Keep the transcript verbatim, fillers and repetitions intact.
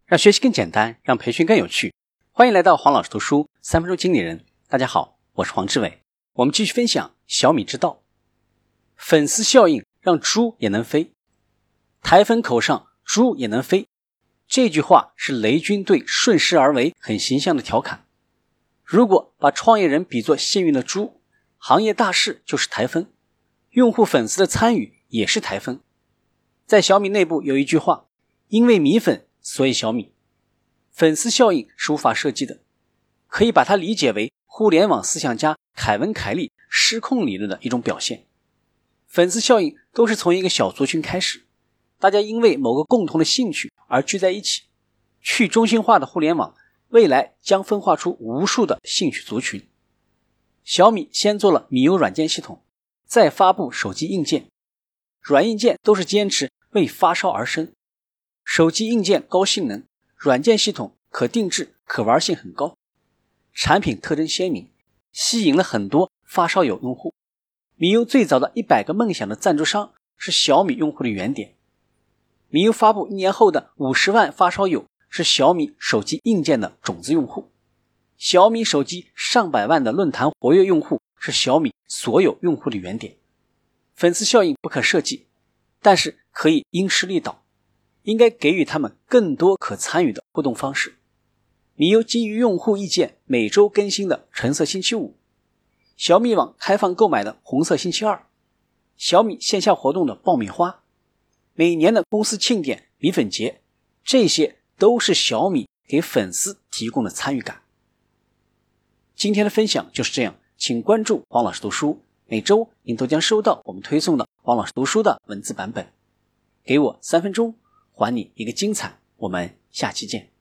让学习更简单，让培训更有趣。欢迎来到黄老师读书三分钟经理人。大家好，我是黄志伟。我们继续分享小米之道。粉丝效应让猪也能飞，台风口上猪也能飞，这句话是雷军对顺势而为很形象的调侃。如果把创业人比作幸运的猪，行业大势就是台风，用户粉丝的参与也是台风。在小米内部有一句话，因为米粉所以小米。粉丝效应是无法设计的，可以把它理解为互联网思想家凯文·凯利失控理论的一种表现。粉丝效应都是从一个小族群开始，大家因为某个共同的兴趣而聚在一起。去中心化的互联网未来将分化出无数的兴趣族群。小米先做了米 U 软件系统，再发布手机硬件，软硬件都是坚持为发烧而生。手机硬件高性能，软件系统可定制，可玩性很高，产品特征鲜明，吸引了很多发烧友用户。米 U 最早的一百个梦想的赞助商是小米用户的原点。米 U 发布一年后的五十万发烧友是小米手机硬件的种子用户。小米手机上百万的论坛活跃用户是小米所有用户的原点。粉丝效应不可设计，但是可以因势利导，应该给予他们更多可参与的互动方式。米 U 基于用户意见每周更新的橙色星期五，小米网开放购买的红色星期二，小米线下活动的爆米花，每年的公司庆典米粉节，这些都是小米给粉丝提供的参与感。今天的分享就是这样，请关注黄老师读书，每周您都将收到我们推送的黄老师读书的文字版本。给我三分钟，还你一个精彩，我们下期见。